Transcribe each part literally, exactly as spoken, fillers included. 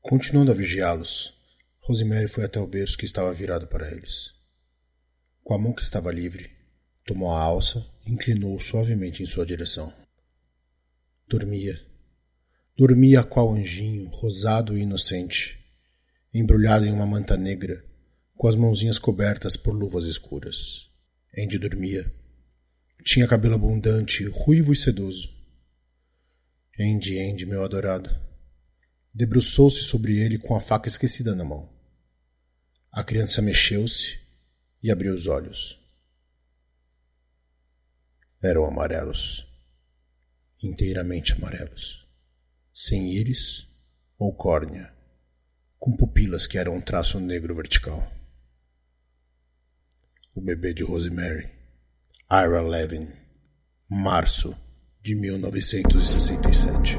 Continuando a vigiá-los, Rosemary foi até o berço que estava virado para eles. Com a mão que estava livre, tomou a alça e inclinou suavemente em sua direção. Dormia. Dormia qual anjinho, rosado e inocente, embrulhado em uma manta negra, com as mãozinhas cobertas por luvas escuras. Andy dormia. Tinha cabelo abundante, ruivo e sedoso. Andy, Andy, meu adorado. Debruçou-se sobre ele com a faca esquecida na mão. A criança mexeu-se e abriu os olhos. Eram amarelos. Inteiramente amarelos. Sem íris ou córnea. Com pupilas que eram um traço negro vertical. O bebê de Rosemary, Ira Levin, março de mil novecentos e sessenta e sete.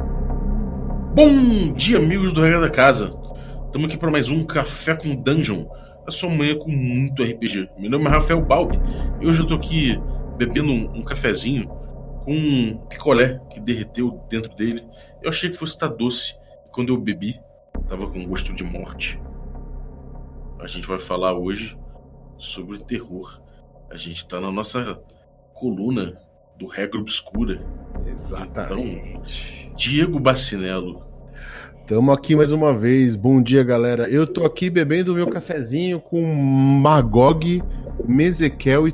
Bom dia, amigos do Regra da Casa. Estamos aqui para mais um Café com Dungeon, a sua manhã com muito R P G. Meu nome é Rafael Balbi e hoje eu tô aqui bebendo um, um cafezinho com um picolé que derreteu dentro dele. Eu achei que fosse estar doce. Quando eu bebi, tava com gosto de morte. A gente vai falar hoje sobre terror. A gente tá na nossa coluna do Regra Obscura. Exatamente. Então, Diego Bacinello. Tamo aqui mais uma vez. Bom dia, galera. Eu tô aqui bebendo meu cafezinho com Magog, Mezequel e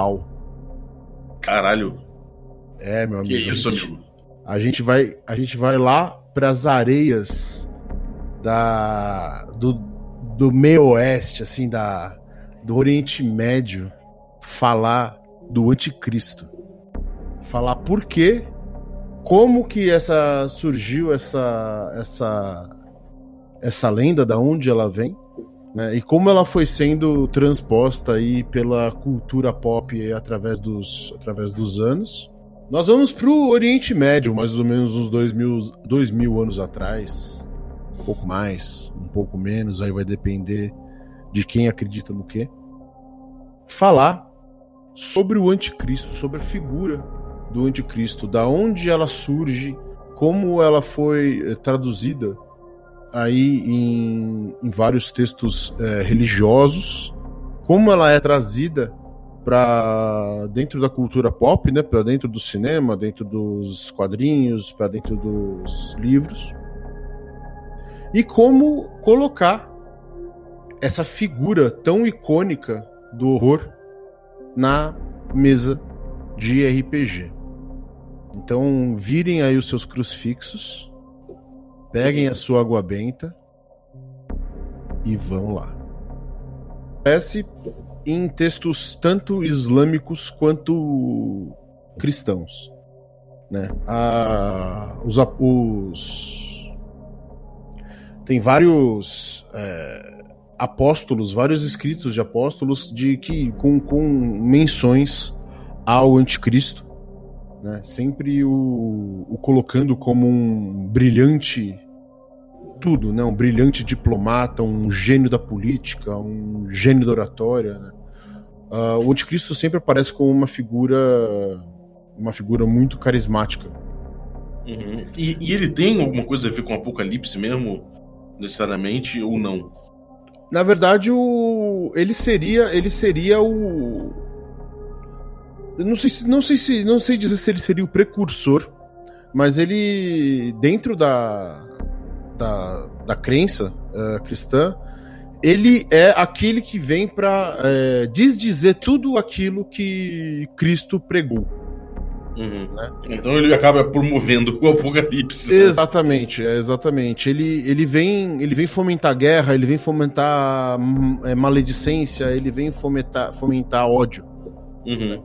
Tubal. Caralho. É, meu amigo. Que isso, amigo? A gente vai, a gente vai lá pras areias da do, do meio oeste, assim, da do Oriente Médio, falar do Anticristo. Falar por quê, como que essa surgiu essa essa essa lenda, da onde ela vem, né? E como ela foi sendo transposta aí pela cultura pop através dos através dos anos. Nós vamos pro Oriente Médio, mais ou menos uns dois mil, dois mil anos atrás, um pouco mais, um pouco menos, aí vai depender de quem acredita no quê. Falar sobre o Anticristo, sobre a figura do Anticristo, da onde ela surge, como ela foi traduzida aí em, em vários textos é, religiosos, como ela é trazida para dentro da cultura pop, né, para dentro do cinema, dentro dos quadrinhos, para dentro dos livros, e como colocar essa figura tão icônica do horror na mesa de R P G. Então, virem aí os seus crucifixos, peguem a sua água benta e vão lá. Parece em textos tanto islâmicos quanto cristãos, né? Ah, os, os tem vários é, apóstolos, vários escritos de apóstolos de que com, com menções ao Anticristo, né? Sempre o, o colocando como um brilhante tudo, né? Um brilhante diplomata, um gênio da política, um gênio da oratória, né? Uh, o Anticristo sempre aparece como uma figura uma figura muito carismática. Uhum. E, e ele tem alguma coisa a ver com o Apocalipse mesmo, necessariamente, ou não? Na verdade, o ele seria ele seria o eu não sei se não sei se não sei dizer se ele seria o precursor, mas ele, dentro da Da, da crença uh, cristã, ele é aquele que vem para uh, desdizer tudo aquilo que Cristo pregou. Uhum. Né? Então ele acaba promovendo o Apocalipse. Né? Exatamente, é, exatamente. Ele, ele, vem, ele vem fomentar guerra, ele vem fomentar é, maledicência, ele vem fomentar, fomentar ódio. Uhum.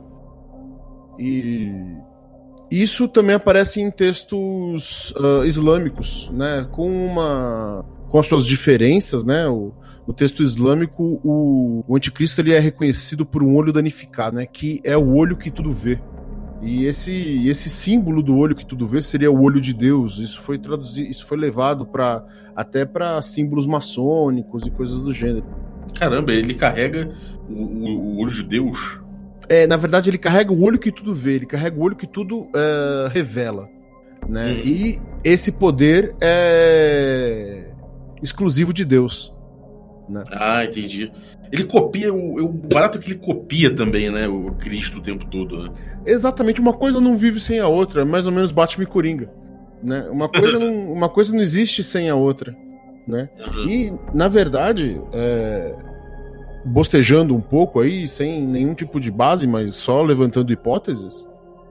E isso também aparece em textos uh, islâmicos, né? Com uma, com as suas diferenças, né? O, o texto islâmico, o, o anticristo, ele é reconhecido por um olho danificado, né? Que é o olho que tudo vê. E esse, esse símbolo do olho que tudo vê seria o olho de Deus. Isso foi traduzido, isso foi levado para até para símbolos maçônicos e coisas do gênero. Caramba, ele carrega o, o, o olho de Deus. É, na verdade, ele carrega o olho que tudo vê, ele carrega o olho que tudo uh, revela, né? Hum. E esse poder é, exclusivo de Deus. Né? Ah, entendi. Ele copia, o, o barato é que ele copia também, né? O Cristo o tempo todo. Né? Exatamente, uma coisa não vive sem a outra, mais ou menos Batman e Coringa. Né? Uma, coisa não, uma coisa não existe sem a outra. Né? Uhum. E, na verdade, é, bostejando um pouco aí, sem nenhum tipo de base, mas só levantando hipóteses,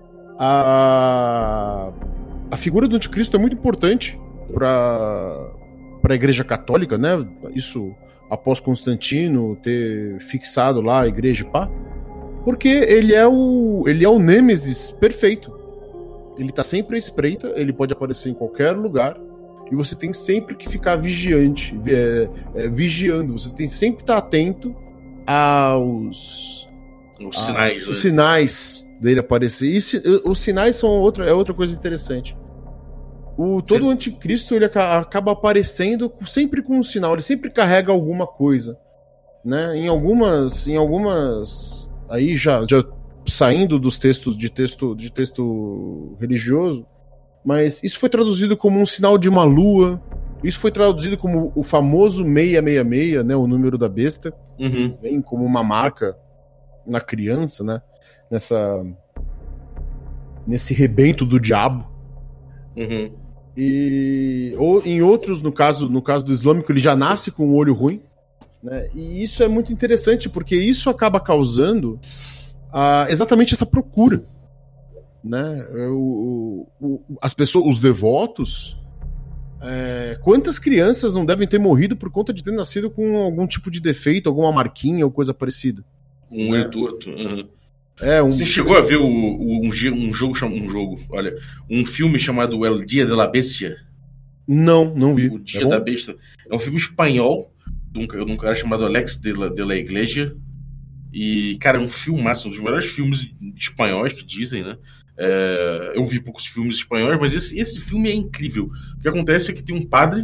a, a figura do anticristo é muito importante para para a Igreja Católica, né? Isso após Constantino ter fixado lá a igreja, pá, porque ele é o ele é o nêmesis perfeito. Ele tá sempre à espreita, ele pode aparecer em qualquer lugar e você tem sempre que ficar vigiante, é, é, vigiando. Você tem sempre que estar atento aos os sinais, a, né? os sinais dele aparecer. E se, os sinais são outra é outra coisa interessante. O, todo o anticristo ele acaba aparecendo sempre com um sinal, ele sempre carrega alguma coisa, né? Em algumas, em algumas, aí já, já saindo dos textos de texto de texto religioso, mas isso foi traduzido como um sinal de uma lua, isso foi traduzido como o famoso seiscentos e sessenta e seis, né? O número da besta, uhum. Vem como uma marca na criança, né? Nessa nesse rebento do diabo. Uhum. E ou em outros, no caso, no caso do islâmico, ele já nasce com um olho ruim, né? E isso é muito interessante porque isso acaba causando ah, exatamente essa procura, né? O, o, as pessoas, os devotos, é, quantas crianças não devem ter morrido por conta de ter nascido com algum tipo de defeito, alguma marquinha ou coisa parecida? Um olho torto. Uhum. É, um... Você chegou a ver o, o, um, um jogo, um jogo, olha, um filme chamado El Dia de la Bestia? Não, não vi. O Dia é da Besta. É um filme espanhol, de um, de um cara chamado Alex de la, de la Iglesia. E, cara, é um filmaço, um dos melhores filmes espanhóis que dizem, né? É, eu vi poucos filmes espanhóis, mas esse, esse filme é incrível. O que acontece é que tem um padre.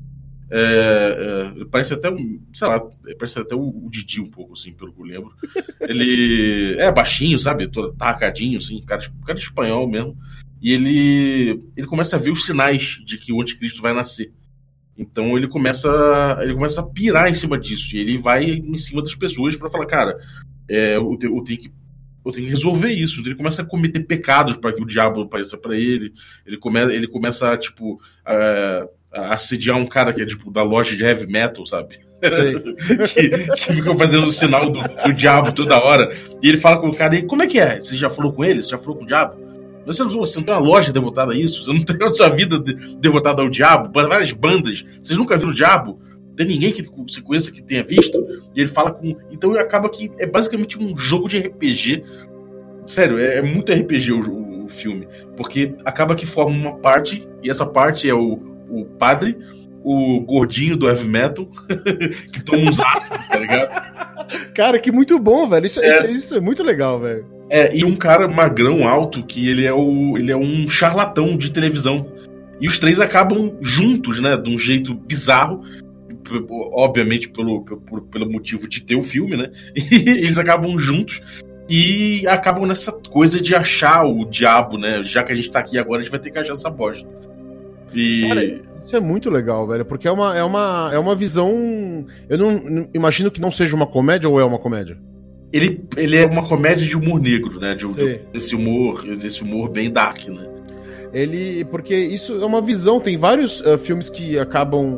É, é, parece até um, sei lá, parece até o, o Didi um pouco, assim, pelo que eu lembro. Ele é baixinho, sabe? Todo tacadinho, assim, cara, cara espanhol mesmo. E ele, ele começa a ver os sinais de que o anticristo vai nascer. Então ele começa, ele começa a pirar em cima disso. E ele vai em cima das pessoas pra falar, cara, é, eu, eu, tenho que, eu tenho que resolver isso. Ele começa a cometer pecados para que o diabo apareça pra ele. Ele, come, ele começa, tipo, a, a assediar um cara que é tipo da loja de heavy metal, sabe? que, que fica fazendo o sinal do, do diabo toda hora. E ele fala com o cara, e como é que é? Você já falou com ele? Você já falou com o diabo? Você não, você não tem uma loja devotada a isso? Você não tem a sua vida de, devotada ao diabo? Para várias bandas. Vocês nunca viram o diabo? Tem ninguém que você conheça que tenha visto? E ele fala com... Então acaba que é basicamente um jogo de R P G. Sério, é, é muito R P G o, o, o filme. Porque acaba que forma uma parte, e essa parte é o, o padre, o gordinho do heavy metal, que toma uns ácidos, tá ligado? Cara, que muito bom, velho. Isso é, isso, isso é muito legal, velho. É, e um cara magrão, alto, que ele é, o, ele é um charlatão de televisão. E os três acabam juntos, né? De um jeito bizarro. Obviamente pelo, pelo, pelo motivo de ter o filme, né? E eles acabam juntos e acabam nessa coisa de achar o diabo, né? Já que a gente tá aqui agora, a gente vai ter que achar essa bosta. E... Cara, isso é muito legal, velho, porque é uma, é uma, é uma visão... Eu não, não imagino que não seja uma comédia, ou é uma comédia? Ele, ele é uma comédia de humor negro, né? De, de, desse humor, desse humor bem dark, né? Ele... Porque isso é uma visão, tem vários uh, filmes que acabam...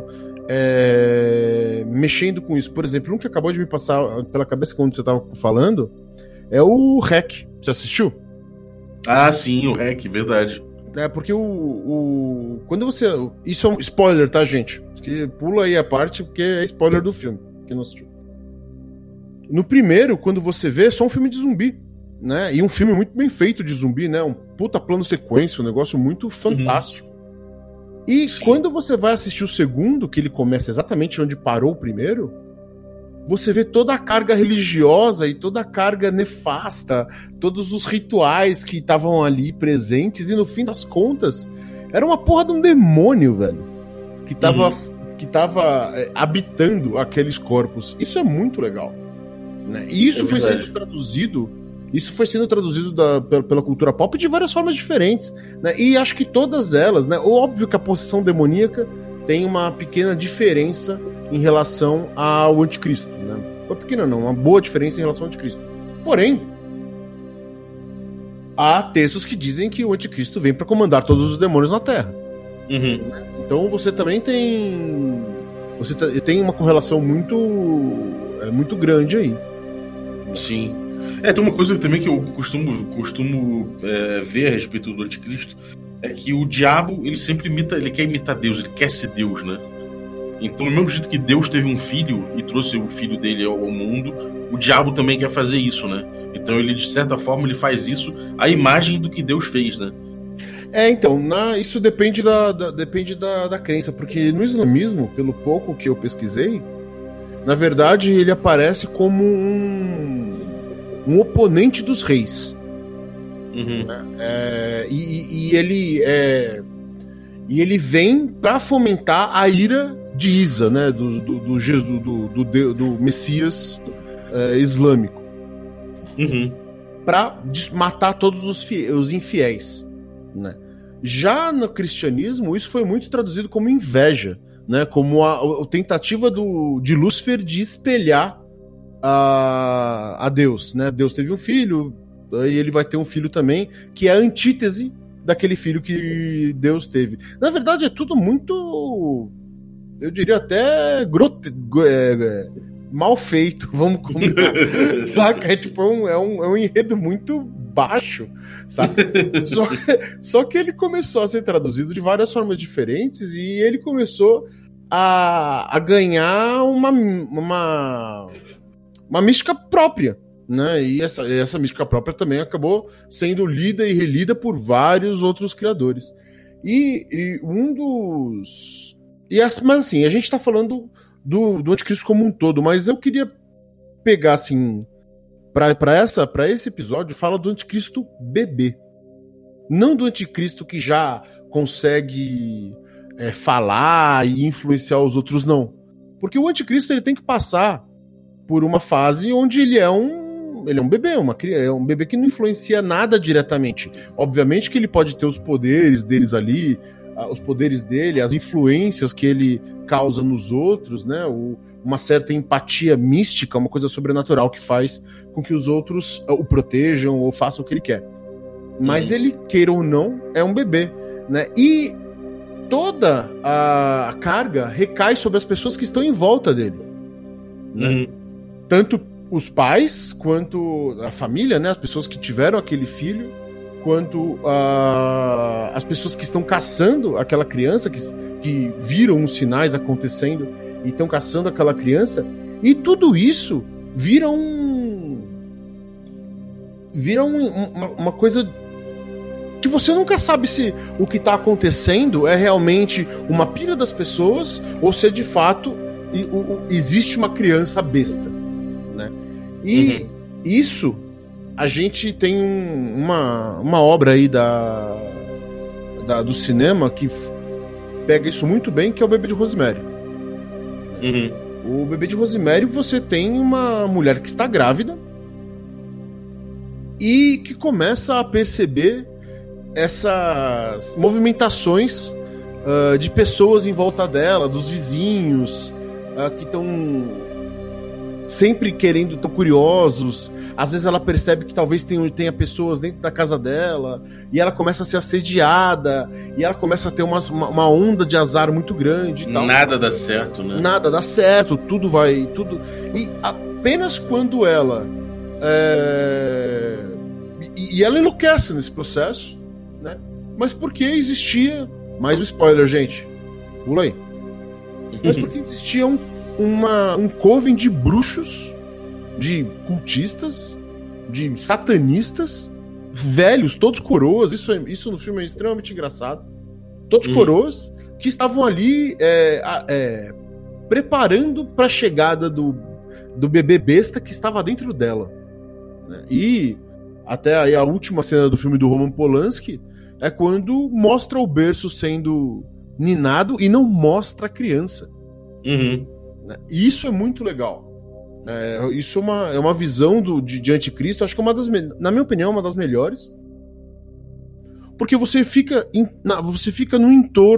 É, mexendo com isso. Por exemplo, um que acabou de me passar pela cabeça quando você estava falando é o REC. Você assistiu? Ah, sim, o REC, verdade. É, porque o, o... Quando você... Isso é um spoiler, tá, gente? Que pula aí a parte, porque é spoiler do filme. Que não assistiu. No primeiro, quando você vê, é só um filme de zumbi, né? E um filme muito bem feito de zumbi, né? Um puta plano sequência, um negócio muito fantástico. Uhum. E Sim. Quando você vai assistir o segundo, que ele começa exatamente onde parou o primeiro, você vê toda a carga religiosa e toda a carga nefasta, todos os rituais que estavam ali presentes, e no fim das contas, era uma porra de um demônio, velho, que tava, uhum. que tava é, habitando aqueles corpos. Isso é muito legal, né? E isso é foi sendo traduzido... Isso foi sendo traduzido da, pela, pela cultura pop de várias formas diferentes, né? E acho que todas elas, né? Óbvio que a possessão demoníaca tem uma pequena diferença em relação ao anticristo, né? Uma pequena não, uma boa diferença em relação ao anticristo. Porém, há textos que dizem que o anticristo vem para comandar todos os demônios na Terra. Uhum. Então você também tem você tem uma correlação muito é, muito grande aí. Sim. É, tem uma coisa também que eu costumo, costumo é, ver a respeito do anticristo, é que o diabo, ele sempre imita, ele quer imitar Deus, ele quer ser Deus, né? Então, do mesmo jeito que Deus teve um filho e trouxe o filho dele ao mundo, o diabo também quer fazer isso, né? Então ele, de certa forma, ele faz isso à imagem do que Deus fez, né? É, então, na, isso depende, da, da, depende da, da crença, porque no islamismo, pelo pouco que eu pesquisei, na verdade ele aparece como um, um oponente dos reis. Uhum. É, e, e, ele, é, e ele vem para fomentar a ira de Isa, né, do, do, do, Jesus, do, do, do Messias é, islâmico, uhum. para matar todos os, fiéis, os infiéis, né? Já no cristianismo isso foi muito traduzido como inveja, né, como a, a tentativa do, de Lúcifer de espelhar a, a Deus, né? Deus teve um filho e ele vai ter um filho também que é a antítese daquele filho que Deus teve. Na verdade é tudo muito, eu diria até grote... é, mal feito, vamos combinar. Saca? É tipo, é um, é, um, é um enredo muito baixo, sabe? Só que, só que ele começou a ser traduzido de várias formas diferentes e ele começou a, a ganhar uma, uma, uma mística própria, né? E essa, essa mística própria também acabou sendo lida e relida por vários outros criadores. E, e um dos... E as, mas assim, a gente tá falando do, do anticristo como um todo, mas eu queria pegar assim, para essa, para esse episódio, fala do anticristo bebê. Não do anticristo que já consegue é, falar e influenciar os outros, não. Porque o anticristo ele tem que passar por uma fase onde ele é um, ele é um bebê, uma criança, é um bebê que não influencia nada diretamente. Obviamente que ele pode ter os poderes deles ali, os poderes dele, as influências que ele causa nos outros, né? O, uma certa empatia mística, uma coisa sobrenatural que faz com que os outros o protejam ou façam o que ele quer. Mas uhum. ele, queira ou não, é um bebê, né? E toda a carga recai sobre as pessoas que estão em volta dele, né? Uhum. Tanto os pais quanto a família, né? As pessoas que tiveram aquele filho, quanto uh, as pessoas que estão caçando aquela criança, que, que viram os sinais acontecendo e estão caçando aquela criança, e tudo isso vira um... vira um, uma, uma coisa que você nunca sabe se o que está acontecendo é realmente uma pira das pessoas ou se de fato existe uma criança besta, né? E uhum. isso... A gente tem um, uma, uma obra aí da, da, do cinema que f- pega isso muito bem, que é o Bebê de Rosemary. Uhum. O Bebê de Rosemary, você tem uma mulher que está grávida e que começa a perceber essas movimentações uh, de pessoas em volta dela, dos vizinhos, uh, que estão sempre querendo, estão curiosos. Às vezes ela percebe que talvez tenha, tenha pessoas dentro da casa dela, e ela começa a ser assediada, e ela começa a ter uma, uma onda de azar muito grande e tal. Nada dá certo, né? Nada dá certo, tudo vai... tudo. E apenas quando ela... É... E, e ela enlouquece nesse processo, né? Mas porque existia... Mais um spoiler, gente. Pula aí. Mas porque existia um, uma, um coven de bruxos, de cultistas, de satanistas, velhos, todos coroas, isso, é, isso no filme é extremamente engraçado, todos uhum. coroas, que estavam ali é, é, preparando para a chegada do, do bebê besta que estava dentro dela, né? E até aí a última cena do filme do Roman Polanski é quando mostra o berço sendo ninado e não mostra a criança. Uhum. Né? E isso é muito legal. É, isso é uma, é uma visão do, de, de anticristo, acho que é uma das, na minha opinião, uma das melhores, porque você fica, in, na, você fica no entorno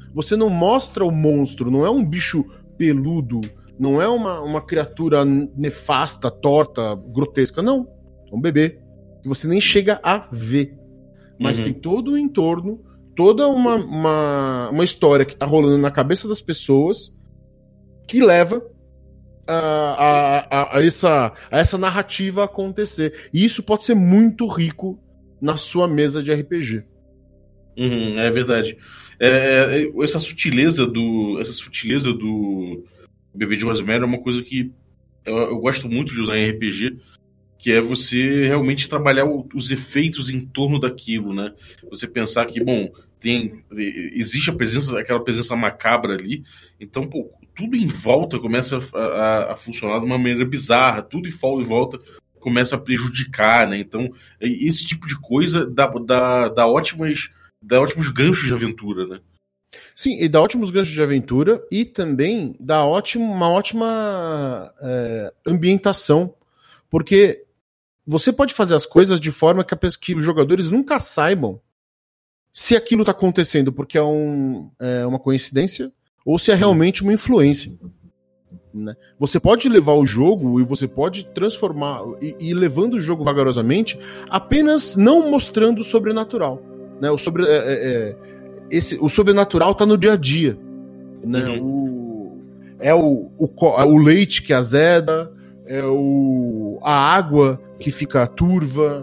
você não mostra o monstro, não é um bicho peludo, não é uma, uma criatura nefasta, torta, grotesca, não. É um bebê que você nem chega a ver. Mas uhum. tem todo o entorno, toda uma, uma, uma história que tá rolando na cabeça das pessoas que leva a, a, a, a, essa, a essa narrativa acontecer. E isso pode ser muito rico na sua mesa de R P G. Uhum, é verdade. É, essa sutileza do essa sutileza do Bebê de Rosemary é uma coisa que eu, eu gosto muito de usar em R P G, que é você realmente trabalhar o, os efeitos em torno daquilo, né? Você pensar que, bom, tem, existe a presença, aquela presença macabra ali, então, pô, tudo em volta começa a, a, a funcionar de uma maneira bizarra, tudo em volta começa a prejudicar, né? Então, esse tipo de coisa dá, dá, dá, ótimas, dá ótimos ganchos de aventura, né? Sim, e dá ótimos ganchos de aventura e também dá ótimo, uma ótima é, ambientação, porque você pode fazer as coisas de forma que, a, que os jogadores nunca saibam se aquilo está acontecendo porque é, um, é uma coincidência ou se é realmente uma influência. Né? Você pode levar o jogo e você pode transformar e ir levando o jogo vagarosamente, apenas não mostrando o sobrenatural. Né? O, sobre, é, é, esse, o sobrenatural está no dia a dia. Né? Uhum. O, é o, o, o leite que azeda, é o, a água que fica turva,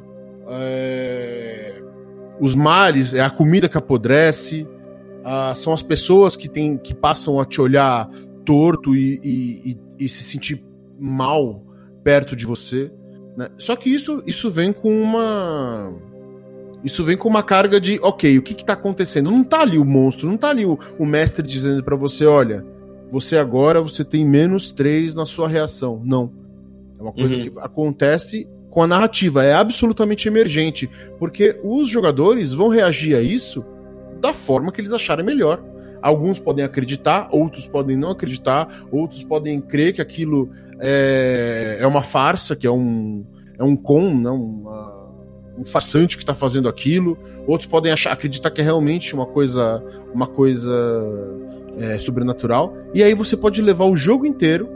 é, os mares, é a comida que apodrece, a, são as pessoas que, tem, que passam a te olhar torto e, e, e, e se sentir mal perto de você. Né? Só que isso, isso vem com uma... Isso vem com uma carga de, ok, o que está acontecendo? Não tá ali o monstro, não tá ali o, o mestre dizendo para você, olha, você agora você tem menos três na sua reação. Não. É uma coisa uhum. que acontece com a narrativa, é absolutamente emergente, porque os jogadores vão reagir a isso da forma que eles acharem melhor. Alguns podem acreditar, outros podem não acreditar, outros podem crer que aquilo é, é uma farsa, que é um, é um con, não, uma, um farsante que está fazendo aquilo. Outros podem achar, acreditar que é realmente uma coisa, uma coisa é, sobrenatural. E aí você pode levar o jogo inteiro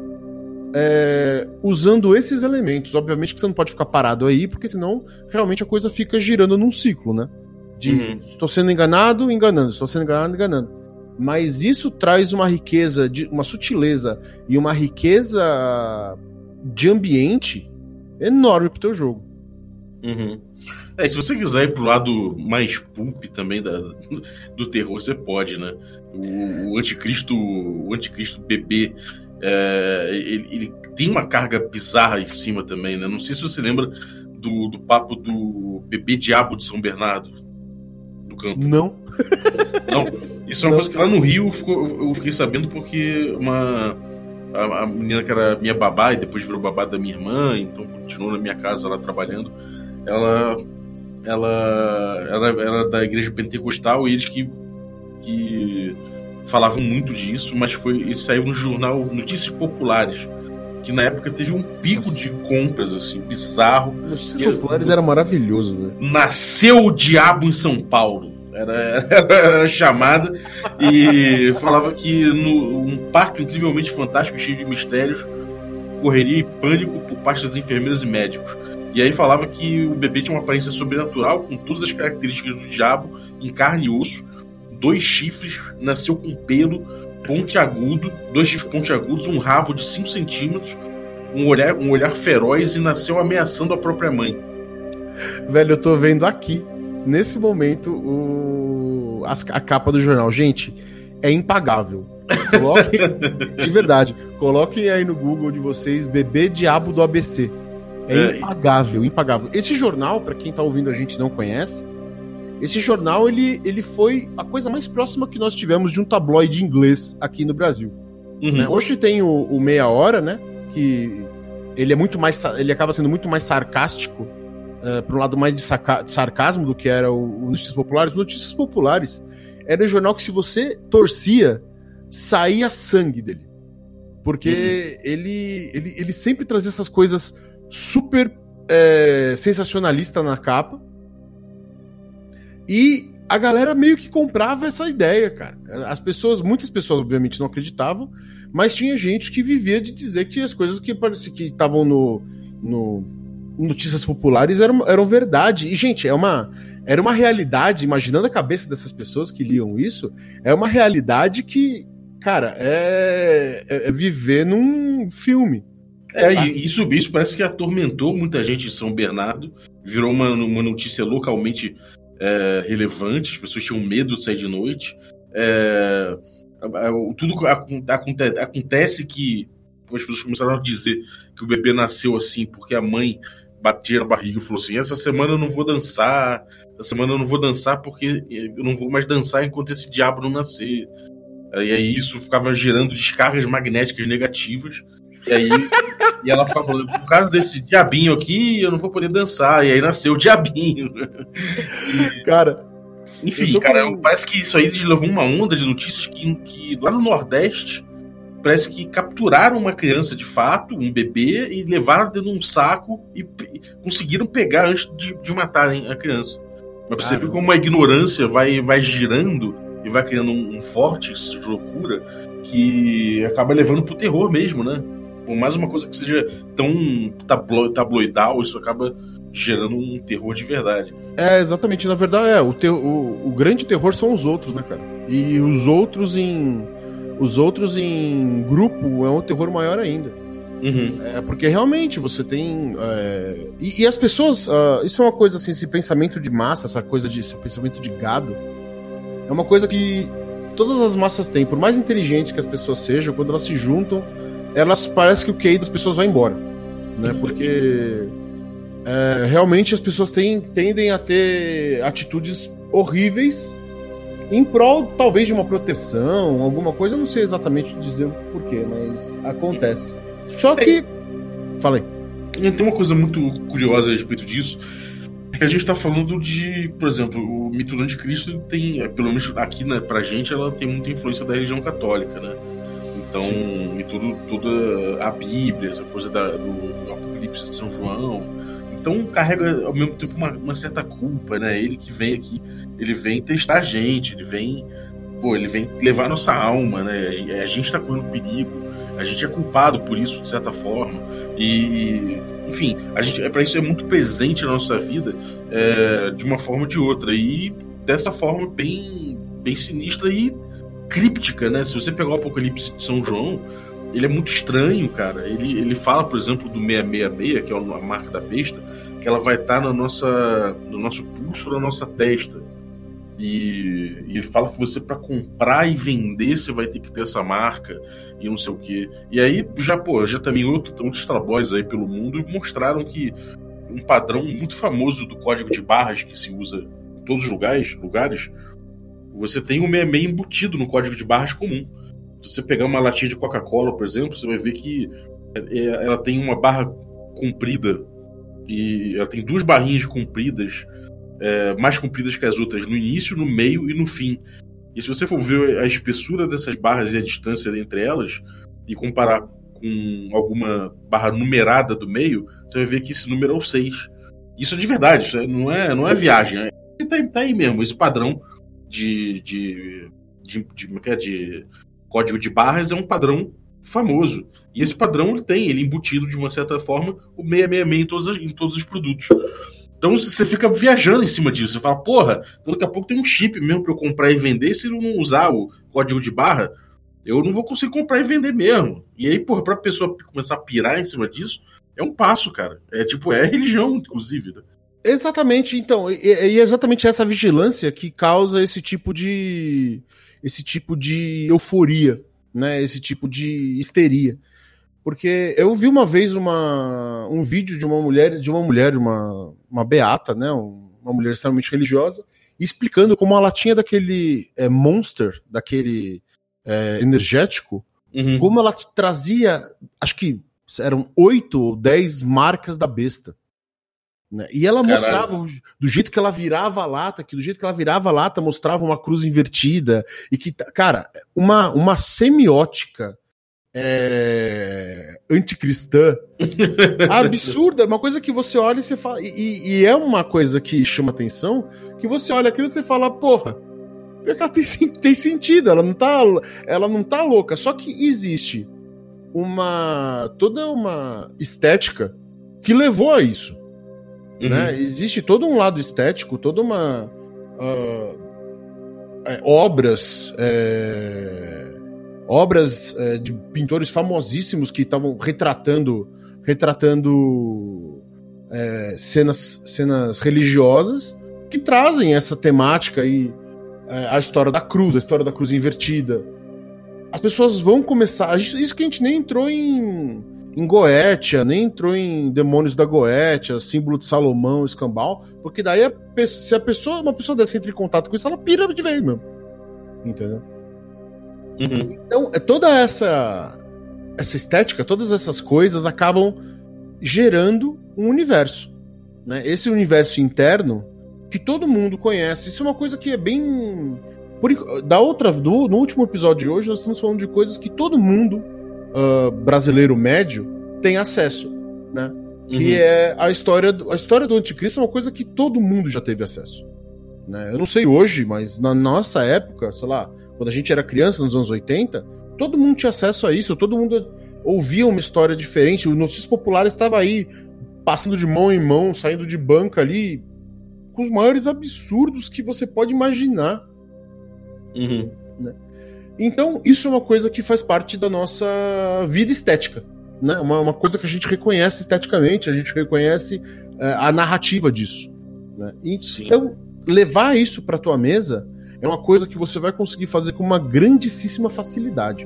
É, usando esses elementos. Obviamente que você não pode ficar parado aí, porque senão realmente a coisa fica girando num ciclo, né? De uhum. estou sendo enganado, enganando, estou sendo enganado, enganando. Mas isso traz uma riqueza, de, uma sutileza e uma riqueza de ambiente enorme pro teu jogo. Uhum. É, se você quiser ir pro lado mais pulp também da, do terror, você pode, né? O, o anticristo, o anticristo bebê, É, ele, ele tem uma carga bizarra em cima também, né? Não sei se você lembra do, do papo do bebê diabo de São Bernardo do Campo. Não. Não, isso é uma Não. coisa que lá no Rio ficou, eu fiquei sabendo porque uma a, a menina que era minha babá e depois virou babá da minha irmã, então continuou na minha casa lá trabalhando, ela ela, ela era da igreja pentecostal e eles que, que falavam muito disso, mas foi, isso saiu no jornal Notícias Populares, que na época teve um pico Nossa. de compras, assim, bizarro. Notícias Populares era maravilhoso, velho. Nasceu o diabo em São Paulo. Era, era, era chamada. E falava que no, um parto incrivelmente fantástico, cheio de mistérios, correria e pânico por parte das enfermeiras e médicos. E aí falava que o bebê tinha uma aparência sobrenatural, com todas as características do diabo, em carne e osso, dois chifres, nasceu com pelo pontiagudo, dois chifres pontiagudos, um rabo de cinco centímetros, um olhar, um olhar feroz e nasceu ameaçando a própria mãe. Velho, eu tô vendo aqui, nesse momento, o... a, a capa do jornal. Gente, é impagável. Coloquem, de verdade, coloquem aí no Google de vocês, Bebê Diabo do A B C. É, é impagável, impagável. Esse jornal, pra quem tá ouvindo a gente não conhece, esse jornal, ele, ele foi a coisa mais próxima que nós tivemos de um tabloide inglês aqui no Brasil. Uhum. Né? Hoje tem o, o Meia Hora, né? Que ele é muito mais, ele acaba sendo muito mais sarcástico, uh, para um lado mais de, saca, de sarcasmo do que era o, o Notícias Populares. Notícias Populares era um jornal que, se você torcia, saía sangue dele. Porque uhum. ele, ele, ele sempre trazia essas coisas super é, sensacionalistas na capa. E a galera meio que comprava essa ideia, cara. As pessoas, muitas pessoas obviamente não acreditavam, mas tinha gente que vivia de dizer que as coisas que parecia que estavam no, no notícias populares eram, eram verdade. E, gente, é uma, era uma realidade, imaginando a cabeça dessas pessoas que liam isso, é uma realidade que, cara, é, é, é viver num filme. É, e isso, isso parece que atormentou muita gente de São Bernardo, virou uma, uma notícia localmente é, relevante, as pessoas tinham medo de sair de noite. É, tudo acontece, acontece que as pessoas começaram a dizer que o bebê nasceu assim porque a mãe batia na barriga e falou assim: essa semana eu não vou dançar, essa semana eu não vou dançar porque eu não vou mais dançar enquanto esse diabo não nascer. E aí isso ficava gerando descargas magnéticas negativas. E aí e ela ficava falando: por causa desse diabinho aqui, eu não vou poder dançar. E aí nasceu o diabinho. E, cara, enfim, cara, com... parece que isso aí levou uma onda de notícias que, que lá no Nordeste parece que capturaram uma criança de fato, um bebê, e levaram dentro de um saco e, e conseguiram pegar antes de, de matarem a criança. Mas você vê como a ignorância vai, vai girando e vai criando um, um forte de loucura que acaba levando pro terror mesmo, né? Por mais uma coisa que seja tão tablo, tabloidal, isso acaba gerando um terror de verdade. É, exatamente. Na verdade, é, o, ter, o, o grande terror são os outros, né, cara? E os outros em... Os outros em grupo é um terror maior ainda. Uhum. É, porque realmente você tem... É, e, e as pessoas... Uh, isso é uma coisa assim, esse pensamento de massa, essa coisa de... Esse pensamento de gado, é uma coisa que todas as massas têm. Por mais inteligentes que as pessoas sejam, quando elas se juntam, elas parece que o Q I das pessoas vai embora. Né? Porque é, realmente as pessoas têm, tendem a ter atitudes horríveis em prol, talvez, de uma proteção, alguma coisa, eu não sei exatamente dizer o porquê, mas acontece. Só que... Falei. Tem uma coisa muito curiosa a respeito disso, é que a gente tá falando de, por exemplo, o mito do anticristo tem, pelo menos aqui, né, pra gente, ela tem muita influência da religião católica, né? Então, Sim. e tudo, toda a Bíblia, essa coisa da, do, do Apocalipse de São João... Então carrega ao mesmo tempo uma, uma certa culpa, né? Ele que vem aqui, ele vem testar a gente, ele vem, pô, ele vem levar a nossa alma, né? E a gente tá correndo perigo, a gente é culpado por isso de certa forma. E, enfim, a gente, é para isso é muito presente na nossa vida, é, de uma forma ou de outra, e dessa forma bem, bem sinistra e críptica, né? Se você pegar o Apocalipse de São João, ele é muito estranho, cara. Ele, ele fala, por exemplo, do seiscentos e sessenta e seis, que é a marca da besta, que ela vai estar na nossa, no nosso pulso, na nossa testa. E, e ele fala que você, para comprar e vender, você vai ter que ter essa marca e não sei o quê. E aí, já, pô, já também outro, outros trabalhos aí pelo mundo mostraram que um padrão muito famoso do código de barras que se usa em todos os lugares, lugares você tem o sessenta e seis embutido no código de barras comum. Se você pegar uma latinha de Coca-Cola, por exemplo, você vai ver que ela tem uma barra comprida e ela tem duas barrinhas compridas, é, mais compridas que as outras, no início, no meio e no fim. E se você for ver a espessura dessas barras e a distância entre elas e comparar com alguma barra numerada do meio, você vai ver que esse número é o seis. Isso é de verdade, isso não é, não é viagem. É, tá, tá aí mesmo, esse padrão de... de, de, de, de, de código de barras é um padrão famoso. E esse padrão ele tem, ele embutido de uma certa forma, o seiscentos e sessenta e seis em todos, as, em todos os produtos. Então você fica viajando em cima disso. Você fala, porra, então daqui a pouco tem um chip mesmo pra eu comprar e vender. Se eu não usar o código de barra, eu não vou conseguir comprar e vender mesmo. E aí, porra, pra pessoa começar a pirar em cima disso, é um passo, cara. É tipo, é religião, inclusive, né? Exatamente, então. E, e é exatamente essa vigilância que causa esse tipo de... esse tipo de euforia, né? Esse tipo de histeria. Porque eu vi uma vez uma, um vídeo de uma mulher, de uma mulher, uma, uma beata, né? Uma mulher extremamente religiosa, explicando como a latinha daquele é, Monster, daquele é, energético, uhum. como ela trazia, acho que eram oito ou dez marcas da besta. Né? E ela Caralho. mostrava, do jeito que ela virava a lata, que do jeito que ela virava a lata, mostrava uma cruz invertida, e que, cara, uma, uma semiótica é, anticristã absurda, uma coisa que você olha e você fala, e, e é uma coisa que chama atenção, que você olha aquilo e você fala, porra, ela tem, tem sentido, ela não tá, ela não tá louca, só que existe uma, toda uma estética que levou a isso, uhum. né? Existe todo um lado estético, toda uma uh, é, obras é, obras é, de pintores famosíssimos que estavam retratando retratando é, cenas, cenas religiosas que trazem essa temática aí, é, a história da cruz, a história da cruz invertida. As pessoas vão começar... Isso que a gente nem entrou em, em Goétia, nem entrou em Demônios da Goétia, símbolo de Salomão, escambau, porque daí a, se a pessoa, uma pessoa dessa entra em contato com isso, ela pira de vez mesmo. Entendeu? Uhum. Então, é toda essa, essa estética, todas essas coisas acabam gerando um universo. Né? Esse universo interno que todo mundo conhece. Isso é uma coisa que é bem... Por, da outra, do, no último episódio de hoje, nós estamos falando de coisas que todo mundo uh, brasileiro médio tem acesso, né? Uhum. Que é a história, do, a história do anticristo é uma coisa que todo mundo já teve acesso, né? Eu não sei hoje, mas na nossa época, sei lá, quando a gente era criança, nos anos oitenta, todo mundo tinha acesso a isso, todo mundo ouvia uma história diferente, o Notícias Populares estava aí, passando de mão em mão, saindo de banca ali, com os maiores absurdos que você pode imaginar. Uhum. Né? Então, isso é uma coisa que faz parte da nossa vida estética, né? uma, uma coisa que a gente reconhece esteticamente, a gente reconhece é, a narrativa disso, né? E, então, levar isso para tua mesa é uma coisa que você vai conseguir fazer com uma grandíssima facilidade.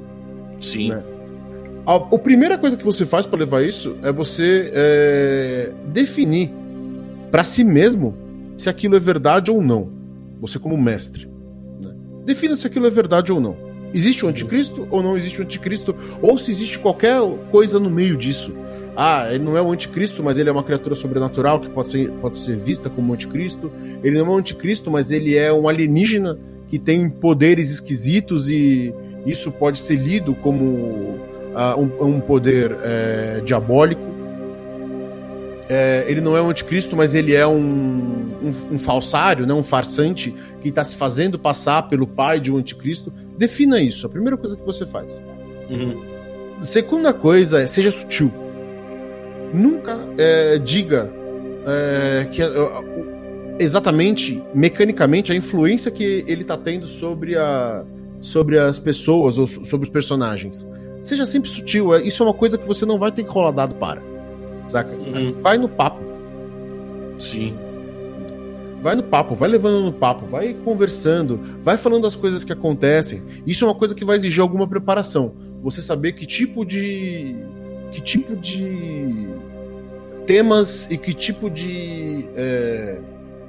Sim. Né? A, a primeira coisa que você faz para levar isso é você é, definir para si mesmo se aquilo é verdade ou não. Você como mestre. Defina se aquilo é verdade ou não. Existe o anticristo ou não existe o anticristo? Ou se existe qualquer coisa no meio disso. Ah, ele não é o anticristo, mas ele é uma criatura sobrenatural que pode ser, pode ser vista como anticristo. Ele não é o anticristo, mas ele é um alienígena que tem poderes esquisitos e isso pode ser lido como uh, um, um poder é, diabólico. É, ele não é um anticristo, mas ele é um, um, um falsário, né, um farsante que está se fazendo passar pelo pai de um anticristo. Defina isso, a primeira coisa que você faz. Uhum. Segunda coisa é, seja sutil. Nunca é, diga é, que, é, exatamente, mecanicamente, a influência que ele está tendo sobre, a, sobre as pessoas ou sobre os personagens. Seja sempre sutil, é, isso é uma coisa que você não vai ter que rolar dado para. Saca? Uhum. Vai no papo. Sim. Vai no papo, vai levando no papo, vai conversando, vai falando as coisas que acontecem. Isso é uma coisa que vai exigir alguma preparação. Você saber que tipo de... que tipo de temas e que tipo de é,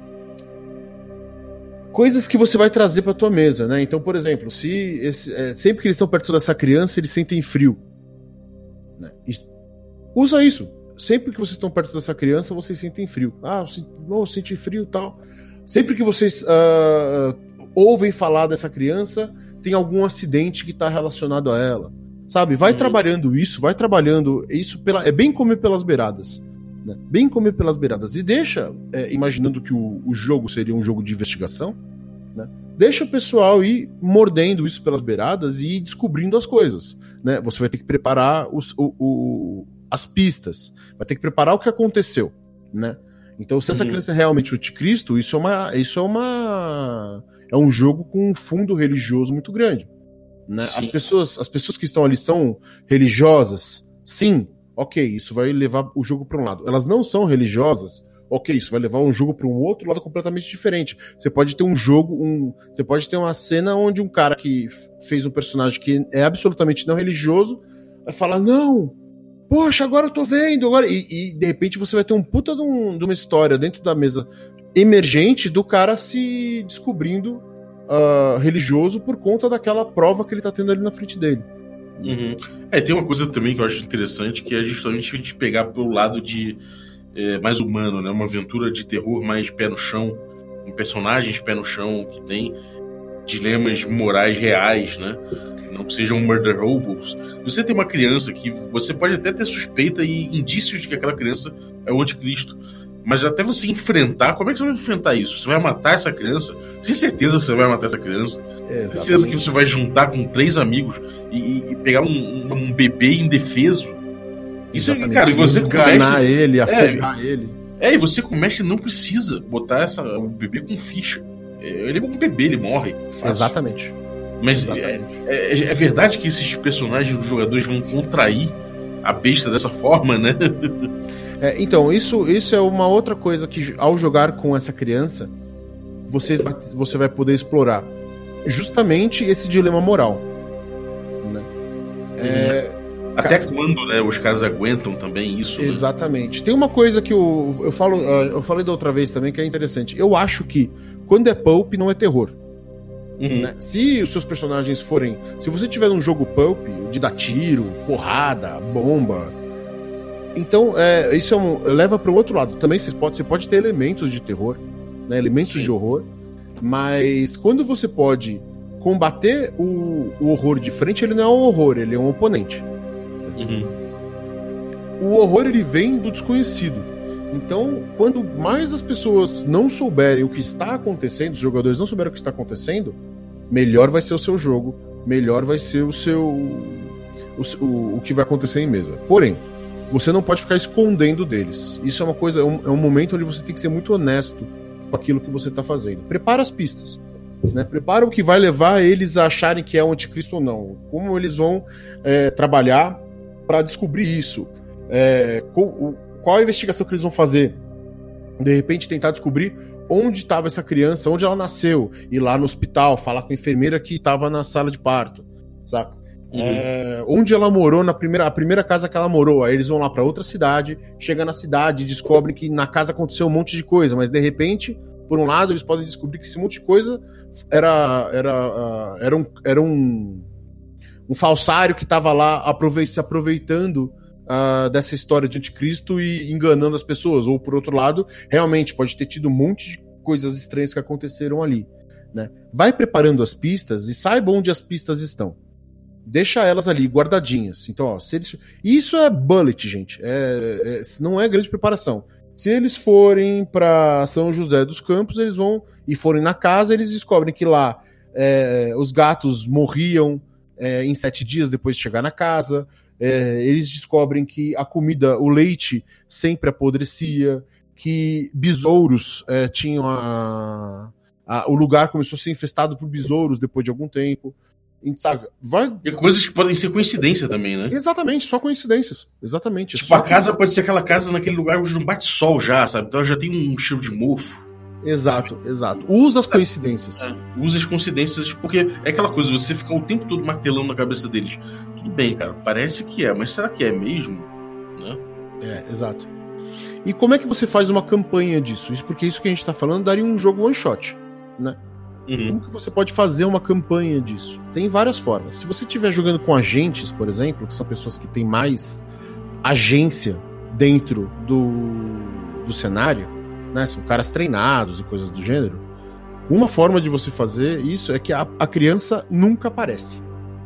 coisas que você vai trazer pra tua mesa, né? Então, por exemplo, se esse, é, sempre que eles estão perto dessa criança, eles sentem frio. Né? Usa isso. Sempre que vocês estão perto dessa criança, vocês sentem frio. Ah, eu senti, oh, eu senti frio e tal. Sempre que vocês uh, ouvem falar dessa criança, tem algum acidente que está relacionado a ela. Sabe? Vai uhum. trabalhando isso, vai trabalhando isso. Pela, é bem comer pelas beiradas. Né? Bem comer pelas beiradas. E deixa, é, imaginando que o, o jogo seria um jogo de investigação, né? Deixa o pessoal ir mordendo isso pelas beiradas e ir descobrindo as coisas. Né? Você vai ter que preparar os, o, o as pistas, vai ter que preparar o que aconteceu, né? Então, se essa criança é realmente o anticristo, isso é uma, isso é uma, é um jogo com um fundo religioso muito grande, né? As pessoas, as pessoas que estão ali são religiosas, sim, ok, isso vai levar o jogo para um lado. Elas não são religiosas, ok, isso vai levar um jogo para um outro lado completamente diferente. Você pode ter um jogo, um, você pode ter uma cena onde um cara que fez um personagem que é absolutamente não religioso vai falar, não, poxa, agora eu tô vendo, agora... E, e de repente você vai ter um puta de, um, de uma história dentro da mesa emergente do cara se descobrindo uh, religioso por conta daquela prova que ele tá tendo ali na frente dele. Uhum. É, tem uma coisa também que eu acho interessante, que é justamente a gente pegar pelo lado de é, mais humano, né? Uma aventura de terror mais pé no chão, com personagens pé no chão que tem, dilemas morais reais, né? Não que sejam murder hobos. Você tem uma criança que você pode até ter suspeita e indícios de que aquela criança é o anticristo. Mas até você enfrentar, como é que você vai enfrentar isso? Você vai matar essa criança? Tem certeza que você vai matar essa criança? Tem certeza que você vai juntar com três amigos e, e pegar um, um, um bebê indefeso? Isso é, cara, e você esganar mestre, ele, afogar é, ele. É, e você com o mestre não precisa botar essa, o bebê com ficha. Ele é um bebê, ele morre. Fácil. Exatamente. Mas Exatamente. É, é, é verdade que esses personagens dos jogadores vão contrair a besta dessa forma, né? É, então, isso, isso é uma outra coisa que, ao jogar com essa criança, você vai, você vai poder explorar. Justamente esse dilema moral. Né? É, Até cara, quando, né, os caras aguentam também isso? Exatamente. Né? Tem uma coisa que eu, eu, falo, eu falei da outra vez também que é interessante. Eu acho que quando é pulp, não é terror. Uhum. Né? Se os seus personagens forem... Se você tiver um jogo pulp, de dar tiro, porrada, bomba... Então, é, isso é um, leva para o outro lado. Também você pode, você pode ter elementos de terror, né, elementos Sim. de horror, mas quando você pode combater o, o horror de frente, ele não é um horror, ele é um oponente. Uhum. O horror, ele vem do desconhecido. Então, quando mais as pessoas não souberem o que está acontecendo, os jogadores não souberem o que está acontecendo, melhor vai ser o seu jogo, melhor vai ser o seu o, o, o que vai acontecer em mesa. Porém, você não pode ficar escondendo deles. Isso é uma coisa, é um, é um momento onde você tem que ser muito honesto com aquilo que você está fazendo. Prepara as pistas. Né? Prepara o que vai levar eles a acharem que é o anticristo ou não. Como eles vão é, trabalhar para descobrir isso. É, qual, qual a investigação que eles vão fazer? De repente tentar descobrir onde estava essa criança, onde ela nasceu. Ir lá no hospital, falar com a enfermeira que estava na sala de parto. Saca? Uhum. É, onde ela morou, na primeira, a primeira casa que ela morou. Aí eles vão lá pra outra cidade, chega na cidade e descobrem que na casa aconteceu um monte de coisa, mas de repente, por um lado, eles podem descobrir que esse monte de coisa era, era, uh, era, um, era um, um falsário que tava lá aprove- se aproveitando uh, dessa história de anticristo e enganando as pessoas. Ou por outro lado, realmente pode ter tido um monte de coisas estranhas que aconteceram ali, né? Vai preparando as pistas e saiba onde as pistas estão. Deixa elas ali, guardadinhas. Então, ó, se eles... Isso é bullet, gente. É, é, não é grande preparação. Se eles forem para São José dos Campos, eles vão... E forem na casa, eles descobrem que lá é, os gatos morriam é, em sete dias depois de chegar na casa. É, eles descobrem que a comida, o leite, sempre apodrecia. Que besouros é, tinham a, a... O lugar começou a ser infestado por besouros depois de algum tempo. Sabe, vai... E coisas que podem ser coincidência também, né? Exatamente, só coincidências. Exatamente. Tipo, só a casa pode ser aquela casa naquele lugar onde não bate sol já, sabe? Então ela já tem um cheiro de mofo. Exato, exato. Usa as coincidências. É, usa as coincidências, porque é aquela coisa, você ficar o tempo todo martelando na cabeça deles. Tudo bem, cara, parece que é, mas será que é mesmo? Né? É, exato. E como é que você faz uma campanha disso? Isso porque isso que a gente tá falando daria um jogo one shot, né? Uhum. Como que você pode fazer uma campanha disso? Tem várias formas. Se você estiver jogando com agentes, por exemplo, que são pessoas que têm mais agência dentro do, do cenário, né? São caras treinados e coisas do gênero. Uma forma de você fazer isso é que a, a criança nunca aparece.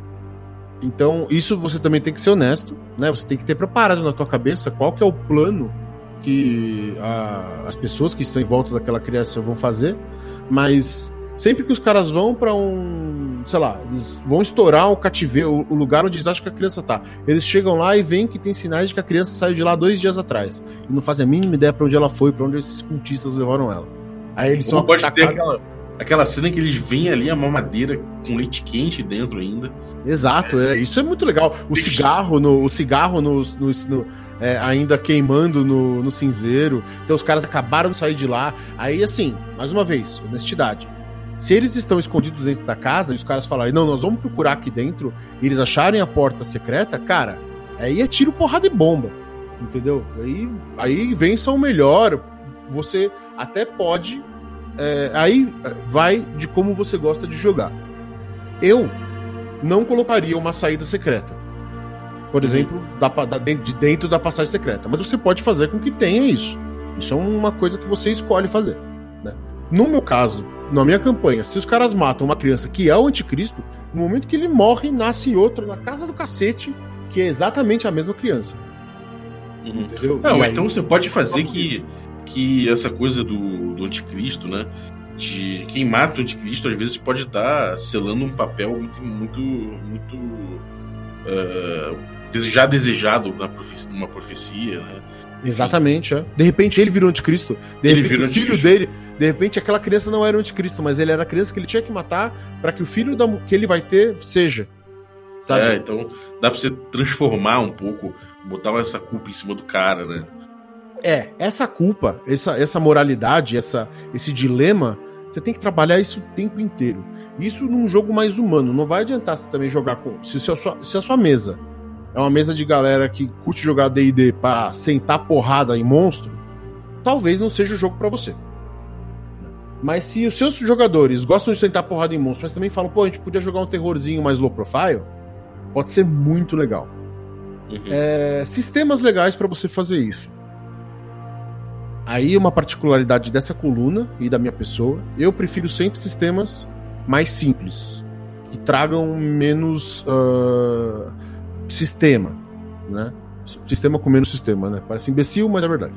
Então, isso você também tem que ser honesto, né? Você tem que ter preparado na tua cabeça qual que é o plano que a, as pessoas que estão em volta daquela criança vão fazer, mas sempre que os caras vão pra um, sei lá, eles vão estourar o cativeiro, o lugar onde eles acham que a criança tá. Eles chegam lá e veem que tem sinais de que a criança saiu de lá dois dias atrás. E não fazem a mínima ideia pra onde ela foi, pra onde esses cultistas levaram ela. Aí eles são pode atacados... ter aquela, aquela cena que eles veem ali a mamadeira com leite quente dentro ainda. Exato, é, isso é muito legal. O cigarro, no, o cigarro no, no, no, é, ainda queimando no, no cinzeiro. Então os caras acabaram de sair de lá. Aí, assim, mais uma vez, honestidade. Se eles estão escondidos dentro da casa e os caras falarem, não, nós vamos procurar aqui dentro, e eles acharem a porta secreta, cara, aí é tiro, porrada e bomba, entendeu? Aí, aí vença o melhor, você até pode, é, aí vai de como você gosta de jogar. Eu não colocaria uma saída secreta, por exemplo, da, da, de dentro da passagem secreta, mas você pode fazer com que tenha isso. Isso é uma coisa que você escolhe fazer, né? No meu caso, na minha campanha, se os caras matam uma criança que é o anticristo, no momento que ele morre, nasce outro na casa do cacete, que é exatamente a mesma criança. Uhum. Entendeu? Não, aí, então você pode fazer que, que essa coisa do, do anticristo, né? De quem mata o anticristo, às vezes pode estar selando um papel muito, muito, muito uh, já desejado na profecia, numa profecia, né? Exatamente, é. De repente ele virou anticristo. De ele repente virou o filho anticristo. dele, de repente aquela criança não era o anticristo, mas ele era a criança que ele tinha que matar para que o filho da, que ele vai ter seja. Sabe? É, então dá pra você transformar um pouco, botar essa culpa em cima do cara, né? É, essa culpa, essa, essa moralidade, essa, esse dilema, você tem que trabalhar isso o tempo inteiro. Isso num jogo mais humano. Não vai adiantar você também jogar com... Se, se, a, sua, se a sua mesa é uma mesa de galera que curte jogar D e D pra sentar porrada em monstro, talvez não seja o jogo pra você. Mas se os seus jogadores gostam de sentar porrada em monstro, mas também falam, pô, a gente podia jogar um terrorzinho mais low profile, pode ser muito legal. Uhum. É, sistemas legais pra você fazer isso. Aí uma particularidade dessa coluna e da minha pessoa, eu prefiro sempre sistemas mais simples, que tragam menos uh, sistema, né? Sistema com menos sistema, né? Parece imbecil, mas é verdade.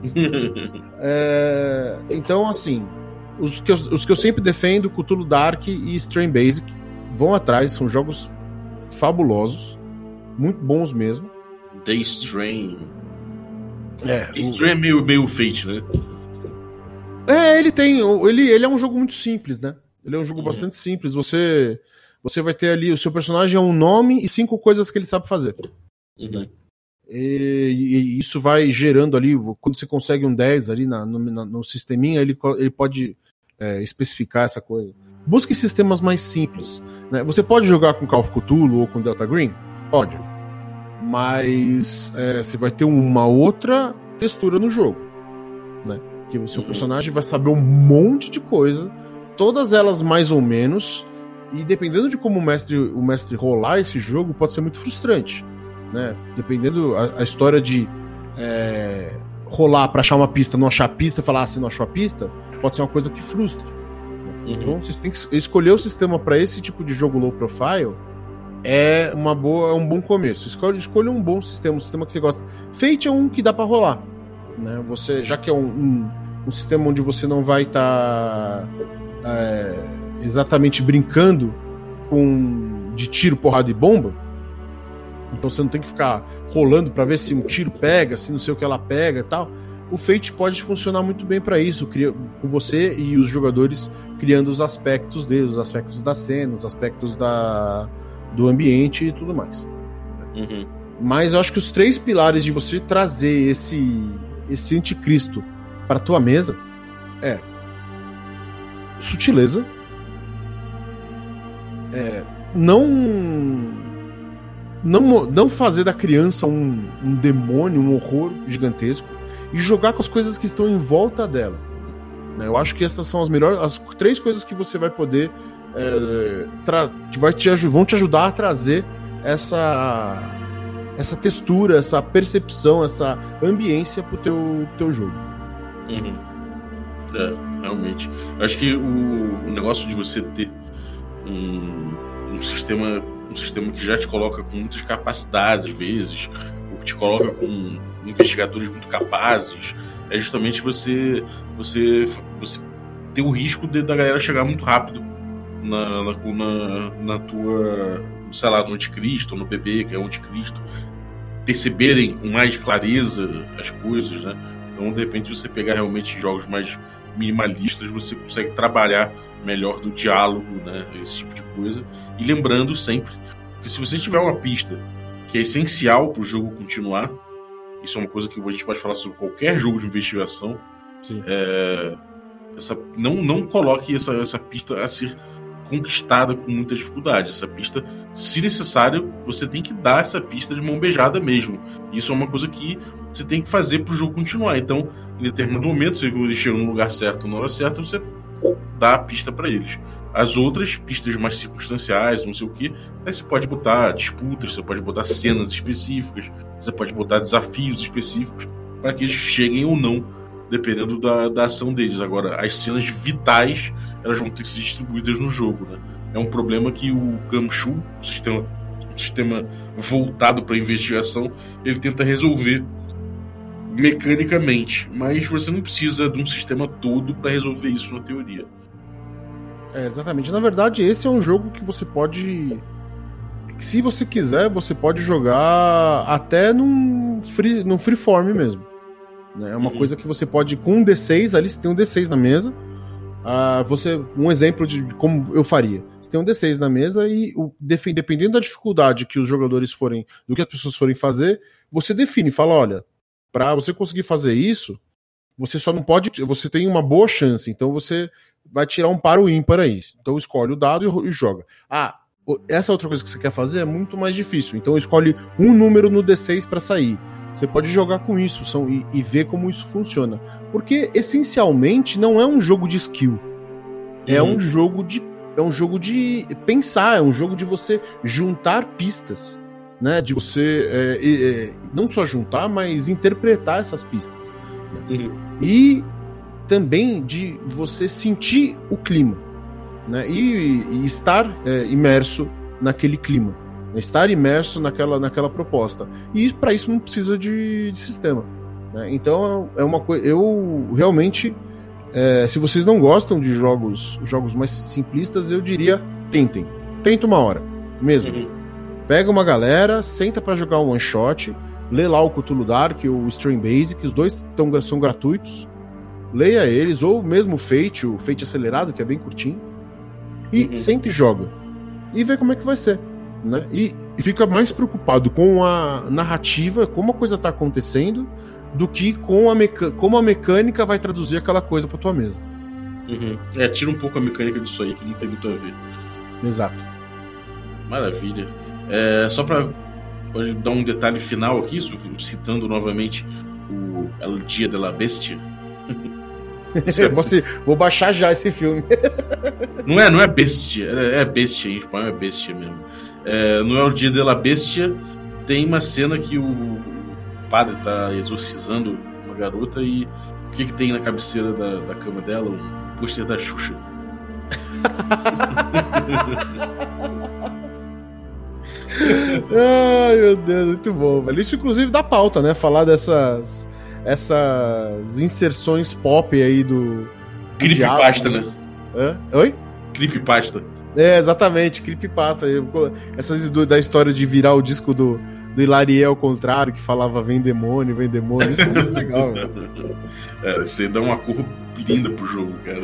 é, então, assim, os que, eu, os que eu sempre defendo, Cthulhu Dark e Strain Basic, vão atrás, são jogos fabulosos, muito bons mesmo. The Strain... É, Strain é meio, meio Fate, né? É, ele tem. Ele, ele é um jogo muito simples, né? Ele é um jogo uhum. bastante simples. Você, você vai ter ali. O seu personagem é um nome e cinco coisas que ele sabe fazer. Uhum. E, e isso vai gerando ali. Quando você consegue um dez ali na, no, na, no sisteminha, ele, ele pode é, especificar essa coisa. Busque sistemas mais simples, né? Você pode jogar com Call of Cthulhu ou com Delta Green? Pode. Mas é, você vai ter uma outra textura no jogo, né? Que o seu personagem vai saber um monte de coisa, todas elas mais ou menos, e dependendo de como o mestre, o mestre rolar esse jogo, pode ser muito frustrante, né? Dependendo a, a história de é, rolar pra achar uma pista, não achar a pista, falar, ah, se não achou a pista, pode ser uma coisa que frustra. Uhum. Então vocês têm que escolher o sistema para esse tipo de jogo low profile. É uma boa, é um bom começo. Escolha, escolha um bom sistema, um sistema que você gosta. Fate é um que dá pra rolar, né? Você, já que é um, um, um sistema onde você não vai estar tá, é, exatamente brincando com de tiro, porrada e bomba, então você não tem que ficar rolando pra ver se um tiro pega, se não sei o que ela pega e tal. O Fate pode funcionar muito bem pra isso, cria, com você e os jogadores criando os aspectos dele, os aspectos da cena, os aspectos da do ambiente e tudo mais. Uhum. Mas eu acho que os três pilares de você trazer esse, esse anticristo para tua mesa é sutileza, é não, não, não fazer da criança um, um demônio, um horror gigantesco, e jogar com as coisas que estão em volta dela. Eu acho que essas são as melhores, as três coisas que você vai poder É, tra- que vai te, vão te ajudar a trazer essa essa textura, essa percepção, essa ambiência pro teu, pro teu jogo. Uhum. É, realmente. Eu acho que o, o negócio de você ter um, um sistema um sistema que já te coloca com muitas capacidades, às vezes, ou que te coloca com investigadores muito capazes, é justamente você você, você ter o risco de, da galera chegar muito rápido Na, na, na tua, sei lá, no anticristo, no bebê, que é o anticristo, perceberem com mais clareza as coisas, né? Então, de repente, você pegar realmente jogos mais minimalistas, você consegue trabalhar melhor do diálogo, né? Esse tipo de coisa. E lembrando sempre que se você tiver uma pista que é essencial para o jogo continuar, isso é uma coisa que a gente pode falar sobre qualquer jogo de investigação, Sim. É, essa, não, não coloque essa, essa pista a ser conquistada com muita dificuldade. Essa pista, se necessário, você tem que dar essa pista de mão beijada mesmo. Isso é uma coisa que você tem que fazer pro jogo continuar. Então, em determinado momento, se eles chegam no lugar certo, na hora certa, você dá a pista para eles. As outras pistas mais circunstanciais, não sei o que, aí você pode botar disputas, você pode botar cenas específicas, você pode botar desafios específicos para que eles cheguem ou não, dependendo da, da ação deles. Agora, as cenas vitais elas vão ter que ser distribuídas no jogo, né? É um problema que o Gumshoe, o sistema, um sistema voltado para investigação, ele tenta resolver mecanicamente, mas você não precisa de um sistema todo para resolver isso na teoria. É, exatamente. Na verdade, esse é um jogo que você pode, se você quiser, você pode jogar até num free, num freeform mesmo. É uma uhum. coisa que você pode, com um D seis ali, você tem um D seis na mesa. Uh, você, um exemplo de como eu faria. Você tem um D seis na mesa e, o, dependendo da dificuldade que os jogadores forem, do que as pessoas forem fazer, você define, fala, olha, para você conseguir fazer isso, você só não pode, você tem uma boa chance, então você vai tirar um par ou ímpar aí. Então escolhe o dado e, e joga. Ah, essa outra coisa que você quer fazer é muito mais difícil, então escolhe um número no D seis para sair. Você pode jogar com isso são, e, e ver como isso funciona. Porque, essencialmente, não é um jogo de skill. É uhum. um jogo de é um jogo de pensar, é um jogo de você juntar pistas. Né? De você é, é, não só juntar, mas interpretar essas pistas. Né? Uhum. E também de você sentir o clima. Né? E, e estar é, imerso naquele clima. Estar imerso naquela, naquela proposta. E para isso não precisa de, de sistema. Né? Então é uma coisa. Eu realmente, é, se vocês não gostam de jogos, jogos mais simplistas, eu diria tentem. Tenta uma hora, mesmo. Uhum. Pega uma galera, senta para jogar um one shot, lê lá o Cthulhu Dark ou o Strain Basic, os dois tão, são gratuitos. Leia eles, ou mesmo o Fate, o Fate acelerado, que é bem curtinho. E uhum. senta e joga. E vê como é que vai ser. Né? E, e fica mais preocupado com a narrativa, como a coisa tá acontecendo, do que com a meca- como a mecânica vai traduzir aquela coisa pra tua mesa. Uhum. É, tira um pouco a mecânica disso aí, que não tem muito a ver. Exato. Maravilha. É, só pra pode dar um detalhe final aqui, citando novamente o El Dia de la Bestia. É... Você, vou baixar já esse filme. Não é, não é bestia, é, é bestia, em espanhol é bestia mesmo. É, no El Dia de la Bestia tem uma cena que o padre tá exorcizando uma garota e o que que tem na cabeceira da, da cama dela? Um pôster da Xuxa. Ai, meu Deus, muito bom, velho. Isso inclusive dá pauta, né? Falar dessas essas inserções pop aí do... Creepypasta, né? Hã? Oi? Creepypasta. É, exatamente, creepypasta. Essas da história de virar o disco do, do Hilariel ao contrário, que falava vem demônio, vem demônio. Isso é muito legal, velho. É, isso aí dá uma cor linda pro jogo, cara.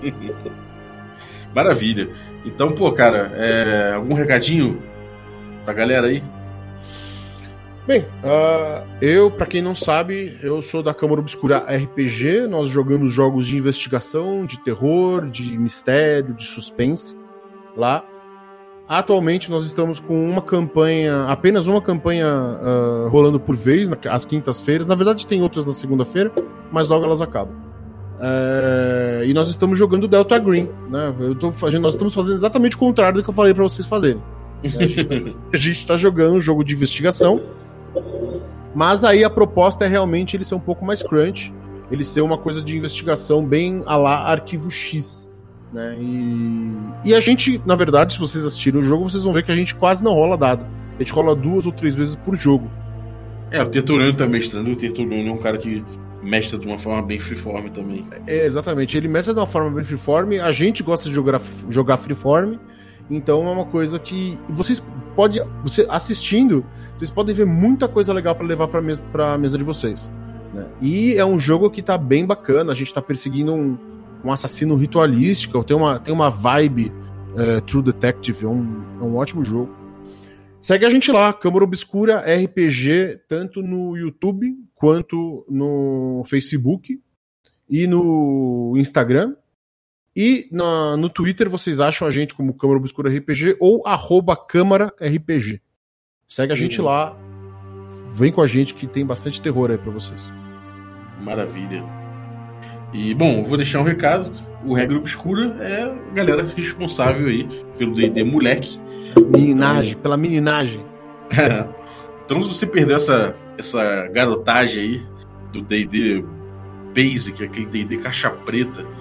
Maravilha. Então, pô, cara, é, algum recadinho pra galera aí? Bem, uh, eu, pra quem não sabe, eu sou da Câmara Obscura R P G. Nós jogamos jogos de investigação, de terror, de mistério, de suspense lá. Atualmente nós estamos com uma campanha, apenas uma campanha uh, rolando por vez, às quintas-feiras. Na verdade tem outras na segunda-feira, mas logo elas acabam. Uh, e nós estamos jogando Delta Green, né? Eu tô fazendo, nós estamos fazendo exatamente o contrário do que eu falei pra vocês fazerem. A gente tá jogando um jogo de investigação, mas aí a proposta é realmente ele ser um pouco mais crunch, ele ser uma coisa de investigação bem à la Arquivo X, né? E, e a gente, na verdade, se vocês assistirem o jogo, vocês vão ver que a gente quase não rola dado. A gente rola duas ou três vezes por jogo. É, o Tertuliano tá mestrando, o Tertuliano é um cara que mestra de uma forma bem freeform também. É, exatamente, ele mestra de uma forma bem freeform, a gente gosta de jogar, jogar freeform. Então é uma coisa que vocês podem, você assistindo, vocês podem ver muita coisa legal para levar para mesa, para mesa de vocês. Né? E é um jogo que tá bem bacana. A gente tá perseguindo um, um assassino ritualístico. Tem uma, tem uma vibe uh, True Detective. É um, é um ótimo jogo. Segue a gente lá, Câmara Obscura R P G, tanto no YouTube quanto no Facebook e no Instagram. E na, no Twitter vocês acham a gente como Câmara Obscura R P G ou arroba Câmara R P G. Segue a gente uhum. lá. Vem com a gente que tem bastante terror aí pra vocês. Maravilha. E, bom, eu vou deixar um recado. O Regra Obscura é a galera responsável aí pelo D e D moleque. Meninagem, então, pela meninagem. Então, se você perdeu essa, essa garotagem aí do D e D Basic, aquele D e D caixa preta,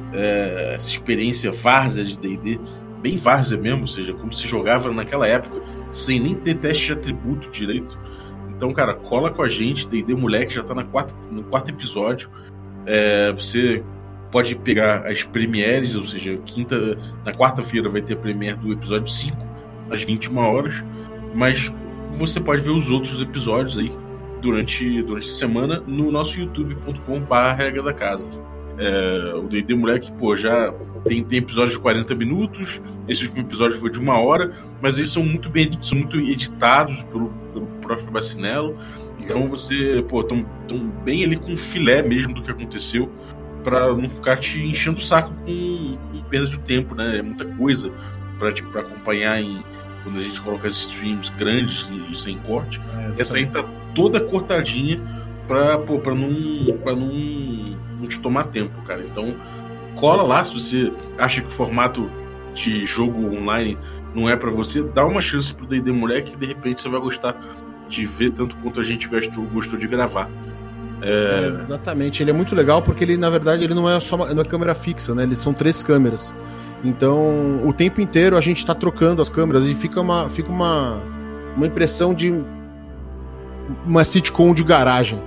é, essa experiência várzea de D e D, bem várzea mesmo, ou seja, como se jogava naquela época, sem nem ter teste de atributo direito. Então, cara, cola com a gente, D e D Moleque já tá na quarta, no quarto episódio. É, você pode pegar as premieres, ou seja, quinta, na quarta-feira vai ter a premiere do episódio cinco, às vinte e uma horas, mas você pode ver os outros episódios aí durante, durante a semana no nosso youtube ponto com barra regra da casa. É, o D e D Moleque, pô, já tem, tem episódios de quarenta minutos, esse último episódio foi de uma hora, mas eles são muito bem são muito editados pelo, pelo próprio Bacinello, então você, pô, tão, tão bem ali com filé mesmo do que aconteceu, pra não ficar te enchendo o saco com, com perda de tempo, né? É muita coisa pra, tipo, pra acompanhar em, quando a gente coloca as streams grandes e sem corte. É, essa aí tá toda cortadinha pra, pô, pra, não, pra não, não te tomar tempo, cara. Então, cola lá, se você acha que o formato de jogo online não é pra você, dá uma chance pro D e D Moleque que de repente você vai gostar de ver tanto quanto a gente gostou, gostou de gravar. É... É, exatamente, ele é muito legal porque ele, na verdade, ele não é só uma, uma câmera fixa, né? Eles são três câmeras. Então, o tempo inteiro a gente tá trocando as câmeras e fica uma, fica uma, uma impressão de uma sitcom de garagem.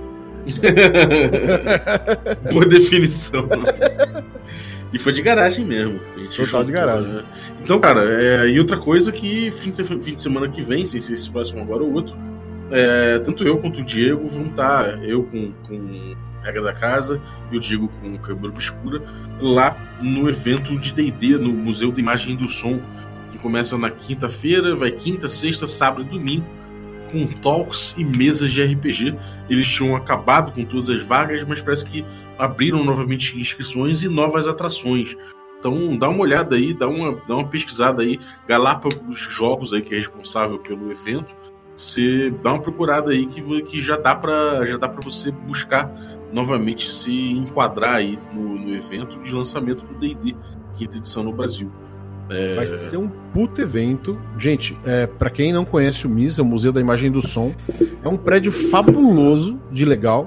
Boa definição. E foi de garagem mesmo. Total de garagem. Né? Então, cara, é... e outra coisa que fim de, fim de semana que vem, sem ser esse próximo agora ou outro, É, tanto eu quanto o Diego vão estar, eu com, com Regra da Casa e o Diego com Câmara Obscura, lá no evento de D e D, no Museu da Imagem e do Som, que começa na quinta-feira, vai quinta, sexta, sábado e domingo, com talks e mesas de R P G. Eles tinham acabado com todas as vagas, mas parece que abriram novamente inscrições e novas atrações. Então dá uma olhada aí, dá uma, dá uma pesquisada aí. Galápagos Jogos, aí, que é responsável pelo evento, você dá uma procurada aí que, que já dá pra, já dá pra você buscar novamente se enquadrar aí no, no evento de lançamento do D e D quinta edição no Brasil. É... Vai ser um puto evento. Gente, é, pra quem não conhece o MISA, o Museu da Imagem e do Som, é um prédio fabuloso de legal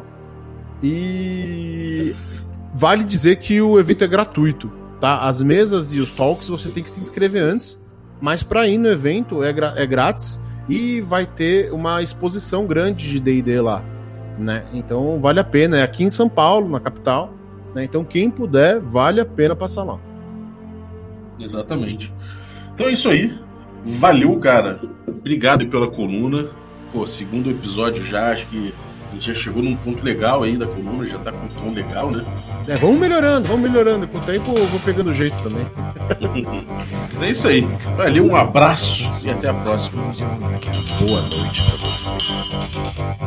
e vale dizer que o evento é gratuito, tá? As mesas e os talks você tem que se inscrever antes, mas pra ir no evento é, é grátis. E vai ter uma exposição grande de D e D lá, né? Então vale a pena, é aqui em São Paulo, na capital, né? Então quem puder, vale a pena passar lá. Exatamente. Então é isso aí. Valeu, cara. Obrigado pela coluna. Pô, segundo episódio já, acho que a gente já chegou num ponto legal aí da coluna, já tá com um tom legal, né? É, vamos melhorando, vamos melhorando. Com o tempo eu vou pegando jeito também. É isso aí. Valeu, um abraço e até a próxima. Boa noite pra você.